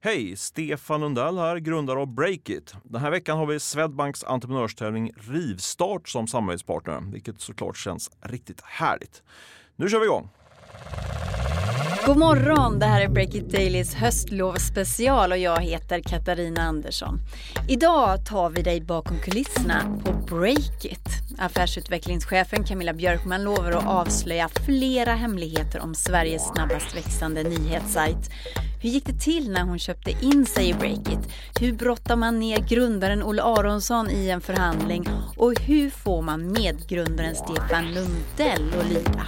Hej, Stefan Lundell här, grundare av Breakit. Den här veckan har vi Swedbanks entreprenörstävling Rivstart som samarbetspartner, vilket såklart känns riktigt härligt. Nu kör vi igång! God morgon, det här är Breakit Dailys höstlovsspecial och jag heter Katarina Andersson. Idag tar vi dig bakom kulisserna på Breakit. Affärsutvecklingschefen Camilla Björkman lovar att avslöja flera hemligheter om Sveriges snabbast växande nyhetssajt. Hur gick det till när hon köpte in sig i Breakit? Hur brottar man ner grundaren Olle Aronsson i en förhandling? Och hur får man medgrundaren Stefan Lundell att lida?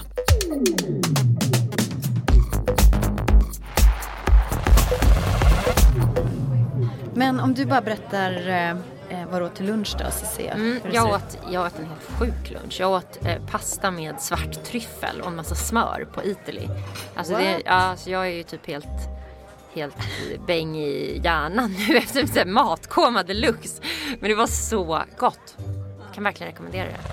Men om du bara berättar vad du åt till lunch då, så ser jag. Jag åt en helt sjuk lunch. Jag åt pasta med svart tryffel och en massa smör på Italy. Alltså jag är ju typ helt bäng i hjärnan nu efter matkoma deluxe. Men det var så gott. Jag kan verkligen rekommendera det.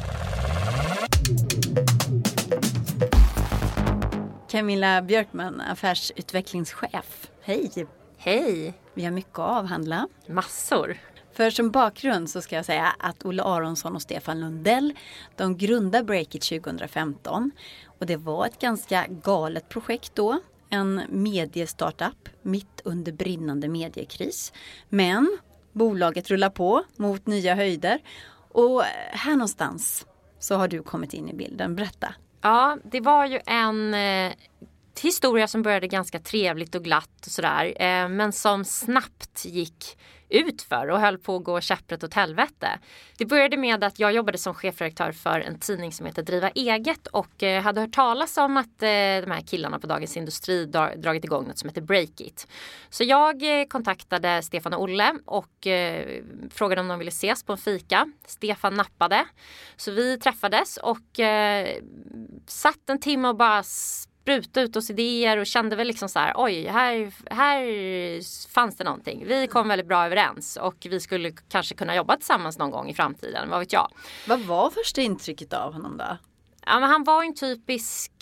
Camilla Björkman, affärsutvecklingschef. Hej! Hej! Vi har mycket att avhandla. Massor. För som bakgrund så ska jag säga att Olle Aronsson och Stefan Lundell, de grundade Breakit 2015. Och det var ett ganska galet projekt då. En mediestartup mitt under brinnande mediekris. Men bolaget rullar på mot nya höjder. Och här någonstans så har du kommit in i bilden. Berätta. Ja, det var ju en historia som började ganska trevligt och glatt och sådär. Men som snabbt gick utför och höll på att gå käpprätt åt helvete. Det började med att jag jobbade som chefredaktör för en tidning som heter Driva Eget och hade hört talas om att de här killarna på Dagens Industri dragit igång något som heter Breakit. Så jag kontaktade Stefan och Olle och frågade om de ville ses på en fika. Stefan nappade. Så vi träffades och satt en timme och bara spruta ut oss idéer och kände väl liksom så här, oj, här fanns det någonting. Vi kom väldigt bra överens och vi skulle kanske kunna jobba tillsammans någon gång i framtiden, vad vet jag. Vad var första intrycket av honom då? Ja, men han var en typisk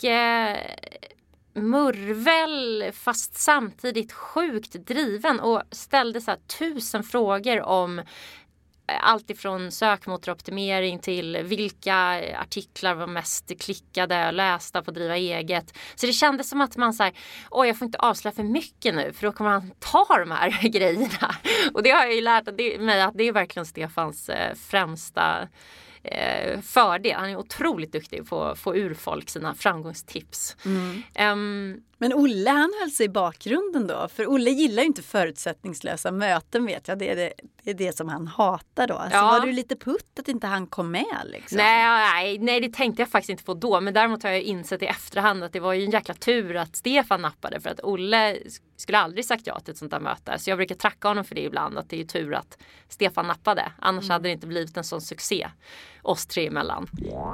murvel fast samtidigt sjukt driven och ställde så här 1000 frågor om allt ifrån sökmotoroptimering till vilka artiklar var mest klickade och lästa på Driva Eget. Så det kändes som att man säger, jag får inte avslöja för mycket nu för då kommer han ta de här grejerna. Och det har jag ju lärt mig att det är verkligen Stefans främsta fördel. Han är otroligt duktig på att få ur folk sina framgångstips. Men Olle, han höll sig i bakgrunden då. För Olle gillar ju inte förutsättningslösa möten, vet jag. Det är det som han hatar då. Så var du lite putt att inte han kom med liksom? Nej, det tänkte jag faktiskt inte på då. Men däremot har jag insett i efterhand att det var ju en jäkla tur att Stefan nappade. För att Olle skulle aldrig sagt ja till ett sånt där möte. Så jag brukar tracka honom för det ibland. Att det är ju tur att Stefan nappade. Annars hade det inte blivit en sån succé oss tre emellan.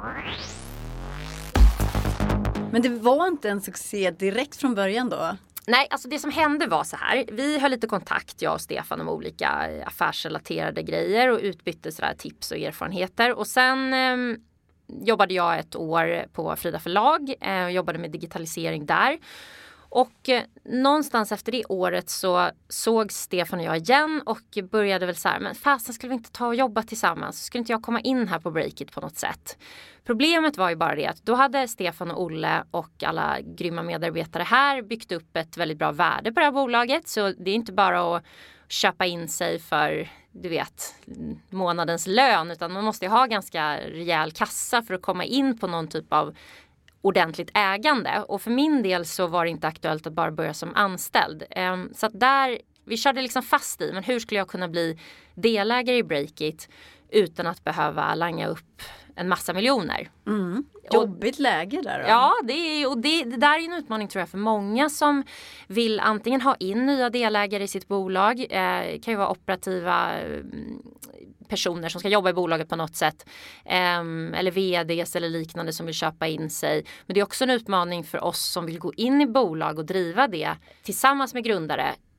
Men det var inte en succé direkt från början då? Nej, alltså det som hände var så här. Vi höll lite kontakt, jag och Stefan, om olika affärsrelaterade grejer och utbytte sådär tips och erfarenheter. Och sen jobbade jag ett år på Frida förlag och jobbade med digitalisering där. Och någonstans efter det året så såg Stefan och jag igen och började väl så här, men fasen, skulle vi inte ta och jobba tillsammans? Skulle inte jag komma in här på Breakit på något sätt? Problemet var ju bara det att då hade Stefan och Olle och alla grymma medarbetare här byggt upp ett väldigt bra värde på det här bolaget. Så det är inte bara att köpa in sig för, du vet, månadens lön, utan man måste ju ha ganska rejäl kassa för att komma in på någon typ av ordentligt ägande. Och för min del så var det inte aktuellt att bara börja som anställd. Så att där, vi körde liksom fast i, men hur skulle jag kunna bli delägare i Breakit utan att behöva langa upp en massa miljoner? Jobbigt läge där då. Ja, det där är en utmaning tror jag för många som vill antingen ha in nya delägare i sitt bolag. Det kan ju vara operativa personer som ska jobba i bolaget på något sätt. Eller vds eller liknande som vill köpa in sig. Men det är också en utmaning för oss som vill gå in i bolag och driva det tillsammans med grundare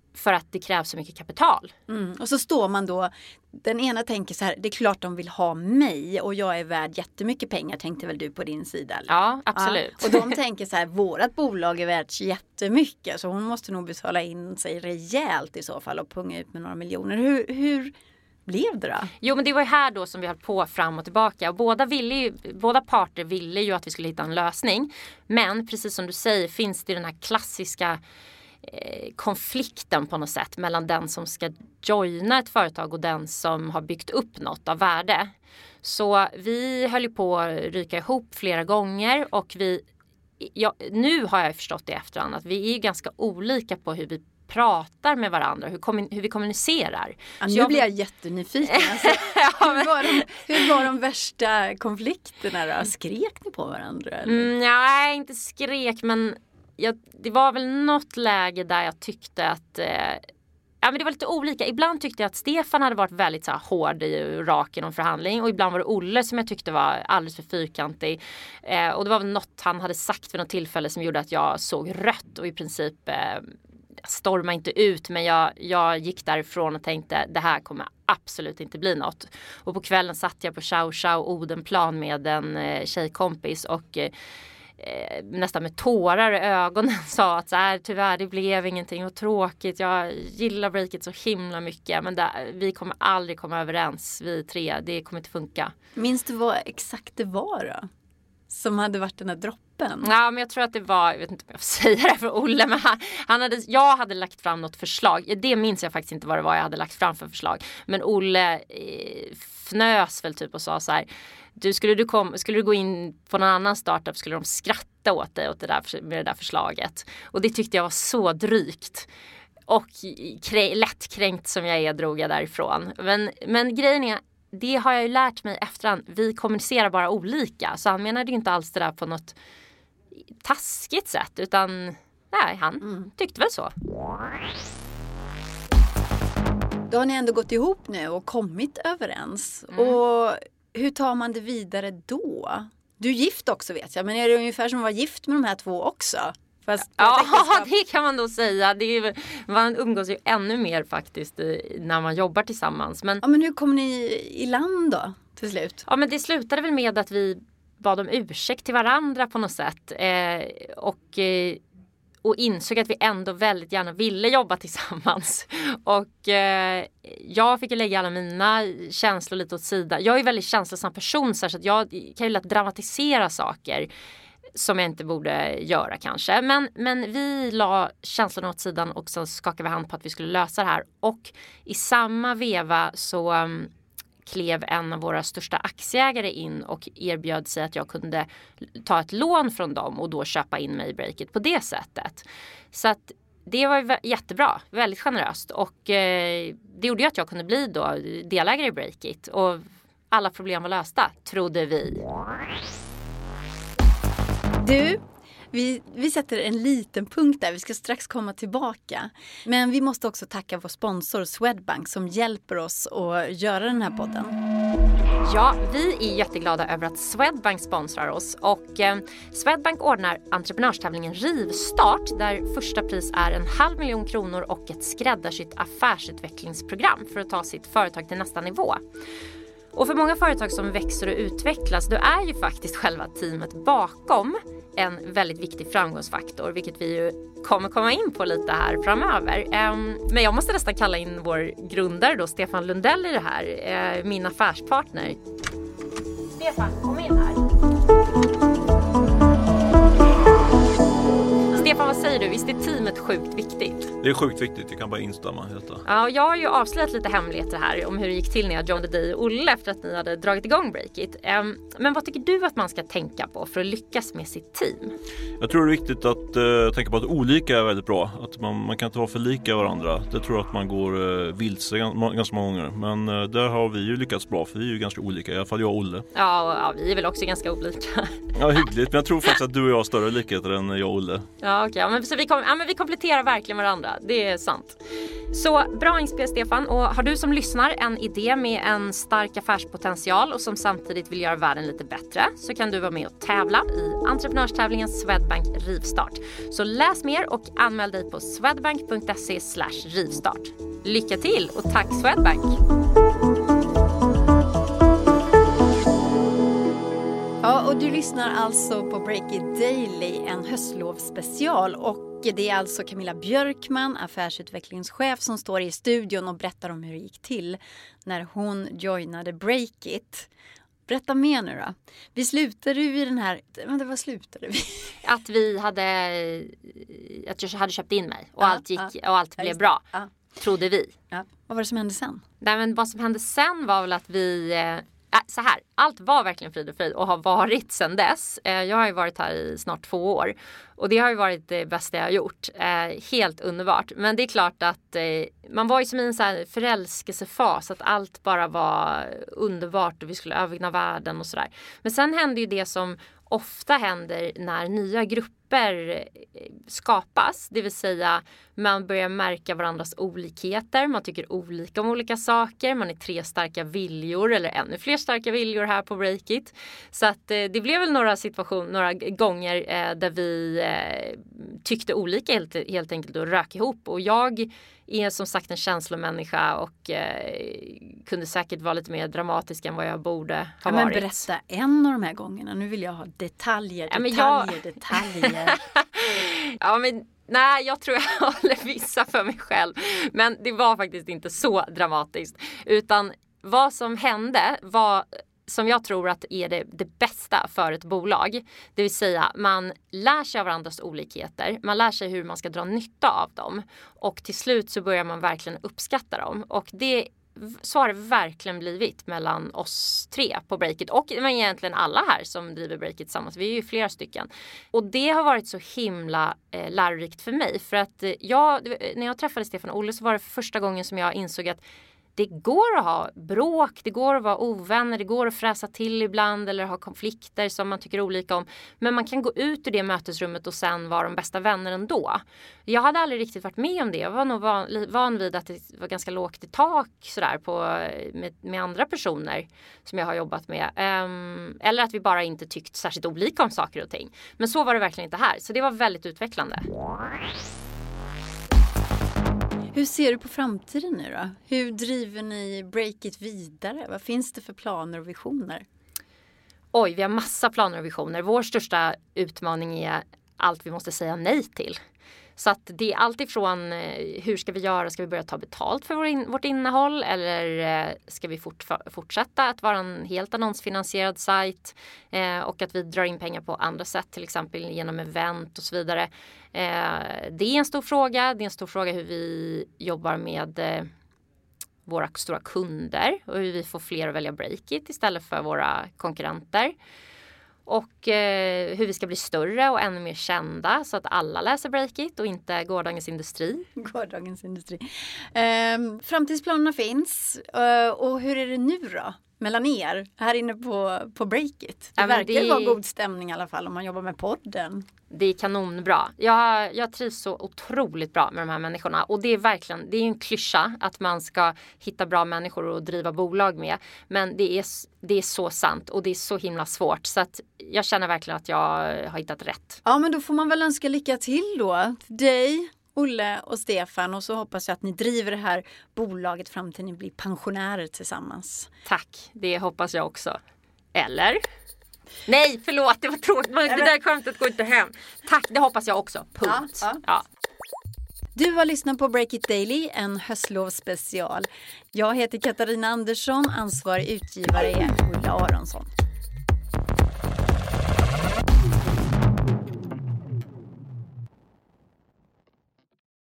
för att det krävs så mycket kapital. Och så står man då, den ena tänker så här, det är klart de vill ha mig och jag är värd jättemycket pengar, tänkte väl du på din sida? Eller? Ja, absolut. Ja, och de tänker så här, vårat bolag är värt jättemycket så hon måste nog betala in sig rejält i så fall och punga ut med några miljoner. Hur blev det då? Jo, men det var ju här då som vi höll på fram och tillbaka. Och båda parter ville ju att vi skulle hitta en lösning. Men precis som du säger finns det den här klassiska konflikten på något sätt mellan den som ska joina ett företag och den som har byggt upp något av värde. Så vi höll ju på att ryka ihop flera gånger och nu har jag förstått det i efterhand att vi är ju ganska olika på hur vi pratar med varandra, hur vi kommunicerar. Ja, nu blir jag jättenyfiken. Alltså, hur var de värsta konflikterna då? Skrek ni på varandra? Nej, inte skrek, men det var väl något läge där jag tyckte att men det var lite olika. Ibland tyckte jag att Stefan hade varit väldigt så här, hård och rak i någon förhandling. Och ibland var det Olle som jag tyckte var alldeles för fyrkantig. Och det var väl något han hade sagt vid något tillfälle som gjorde att jag såg rött. Och i princip stormade inte ut. Men jag gick därifrån och tänkte det här kommer absolut inte bli något. Och på kvällen satt jag på Chow Odenplan med en tjejkompis och nästan med tårar i ögonen sa att så här, tyvärr det blev ingenting och tråkigt, jag gillar Breakit så himla mycket men vi kommer aldrig komma överens, vi tre, det kommer inte funka. Minns du vad exakt det var då? Som hade varit den här droppen? Ja, men jag tror att det var, jag vet inte om jag får säga det för Olle, men jag hade lagt fram något förslag. Det minns jag faktiskt inte vad det var jag hade lagt fram för förslag. Men Olle fnös väl typ och sa så här, skulle du gå in på någon annan startup skulle de skratta åt dig med det där förslaget. Och det tyckte jag var så drygt. Och lättkränkt som jag är drog jag därifrån. Men grejen är, det har jag ju lärt mig efterhand. Vi kommunicerar bara olika. Så han menade ju inte alls det där på något taskigt sätt. Utan nej, han tyckte väl så. Då har ni ändå gått ihop nu och kommit överens. Och hur tar man det vidare då? Du är gift också vet jag. Men är det ungefär som att vara gift med de här två också? Ja, det kan man då säga. Man umgås ju ännu mer faktiskt när man jobbar tillsammans. Men hur kom ni i land då till slut? Ja, men det slutade väl med att vi bad om ursäkt till varandra på något sätt. Och insåg att vi ändå väldigt gärna ville jobba tillsammans. Och jag fick ju lägga alla mina känslor lite åt sidan. Jag är väldigt känslosam person så att jag kan ju lätt dramatisera saker som jag inte borde göra kanske. Men vi la känslorna åt sidan och sen skakade vi hand på att vi skulle lösa det här. Och i samma veva så klev en av våra största aktieägare in och erbjöd sig att jag kunde ta ett lån från dem och då köpa in mig i Breakit på det sättet. Så att det var jättebra, väldigt generöst och det gjorde ju att jag kunde bli då delägare i Breakit och alla problem var lösta, trodde vi. Du, vi sätter en liten punkt där. Vi ska strax komma tillbaka. Men vi måste också tacka vår sponsor Swedbank som hjälper oss att göra den här podden. Ja, vi är jätteglada över att Swedbank sponsrar oss. Och Swedbank ordnar entreprenörstävlingen Rivstart där första pris är 500 000 kronor och ett skräddarsytt affärsutvecklingsprogram för att ta sitt företag till nästa nivå. Och för många företag som växer och utvecklas, då är ju faktiskt själva teamet bakom en väldigt viktig framgångsfaktor, vilket vi ju kommer komma in på lite här framöver. Men jag måste nästan kalla in vår grundare då, Stefan Lundell i det här, min affärspartner. Stefan, kom in här. Stefan, vad säger du? Visst är teamet sjukt viktigt? Det är sjukt viktigt, jag kan bara instämma i detta. Ja, jag har ju avslöjat lite hemligheter här om hur det gick till när jag joinade dig och Olle efter att ni hade dragit igång Breakit. Men vad tycker du att man ska tänka på för att lyckas med sitt team? Jag tror det är viktigt att tänka på att olika är väldigt bra. Att man kan inte vara för lika varandra. Det tror jag att man går vilse ganska många gånger. Men där har vi ju lyckats bra, för vi är ju ganska olika. I alla fall jag och Olle. Ja, vi är väl också ganska olika. Ja, hyggligt. Men jag tror faktiskt att du och jag har större likheter än jag och Olle. Ja, Ja, okej. Ja, men så vi kompletterar verkligen varandra. Det är sant. Så bra inspel, Stefan. Och har du som lyssnar en idé med en stark affärspotential och som samtidigt vill göra världen lite bättre, så kan du vara med och tävla i entreprenörstävlingen Swedbank Rivstart. Så läs mer och anmäl dig på swedbank.se/rivstart. Lycka till och tack Swedbank! Ja, och du lyssnar alltså på Break It Daily, en höstlovsspecial. Och det är alltså Camilla Björkman, affärsutvecklingschef, som står i studion och berättar om hur det gick till när hon joinade Break It. Berätta mer nu då. Vi slutade ju i den här... Men vad slutade vi? Att jag hade köpt in mig och allt blev bra. Trodde vi. Ja. Vad var det som hände sen? Nej, men vad som hände sen var väl att vi... så här, allt var verkligen frid och frid och har varit sedan dess. Jag har ju varit här i snart 2 år och det har ju varit det bästa jag har gjort. Helt underbart. Men det är klart att man var ju som i en så här förälskelsefas, att allt bara var underbart och vi skulle övervinna världen och sådär. Men sen hände ju det som ofta händer när nya grupper skapas, det vill säga man börjar märka varandras olikheter, man tycker olika om olika saker, man är 3 starka viljor eller ännu fler starka viljor här på Break It. Så att det blev väl några gånger där vi tyckte olika helt enkelt och rök ihop, och jag är som sagt en känslomänniska och kunde säkert vara lite mer dramatisk än vad jag borde ha varit. Men berätta en av de här gångerna. Nu vill jag ha detaljer. Ja, men nej, jag tror jag håller vissa för mig själv. Men det var faktiskt inte så dramatiskt. Utan vad som hände var, som jag tror att är det bästa för ett bolag. Det vill säga, man lär sig av varandras olikheter. Man lär sig hur man ska dra nytta av dem. Och till slut så börjar man verkligen uppskatta dem. Och så har det verkligen blivit mellan oss 3 på Break It. Och egentligen alla här som driver Break It tillsammans. Vi är ju flera stycken. Och det har varit så himla lärorikt för mig. För att när jag träffade Stefan och Olle så var det för första gången som jag insåg att det går att ha bråk, det går att vara ovänner, det går att fräsa till ibland eller ha konflikter som man tycker olika om. Men man kan gå ut ur det mötesrummet och sen vara de bästa vänner ändå. Jag hade aldrig riktigt varit med om det. Jag var nog van vid att det var ganska lågt i tak sådär med andra personer som jag har jobbat med. Eller att vi bara inte tyckt särskilt olika om saker och ting. Men så var det verkligen inte här. Så det var väldigt utvecklande. Hur ser du på framtiden nu då? Hur driver ni Break It vidare? Vad finns det för planer och visioner? Oj, vi har massa planer och visioner. Vår största utmaning är allt vi måste säga nej till. Så att det är allt ifrån hur ska vi göra? Ska vi börja ta betalt för vårt innehåll? Eller ska vi fortsätta att vara en helt annonsfinansierad sajt? Och att vi drar in pengar på andra sätt, till exempel genom event och så vidare. Det är en stor fråga. Det är en stor fråga hur vi jobbar med våra stora kunder. Och hur vi får fler att välja Break It istället för våra konkurrenter. Och hur vi ska bli större och ännu mer kända så att alla läser Break It och inte Gårdagens Industri. Gårdagens Industri. Framtidsplanerna finns. Och hur är det nu då? Mellan er här inne på Break It. Det verkar vara god stämning i alla fall om man jobbar med podden. Det är kanonbra. Jag trivs så otroligt bra med de här människorna. Och det är verkligen, det är en klyscha att man ska hitta bra människor och driva bolag med. Men det är så sant och det är så himla svårt. Så att jag känner verkligen att jag har hittat rätt. Ja, men då får man väl önska lycka till då. Dig, Olle och Stefan. Och så hoppas jag att ni driver det här bolaget fram till ni blir pensionärer tillsammans. Tack, det hoppas jag också. Eller? Nej, förlåt, det var tråkigt. Det där skämtet går inte hem. Tack, det hoppas jag också. Punkt. Ja. Du har lyssnat på Break It Daily, en höstlovsspecial. Jag heter Katarina Andersson, ansvarig utgivare är Ulla Aronsson.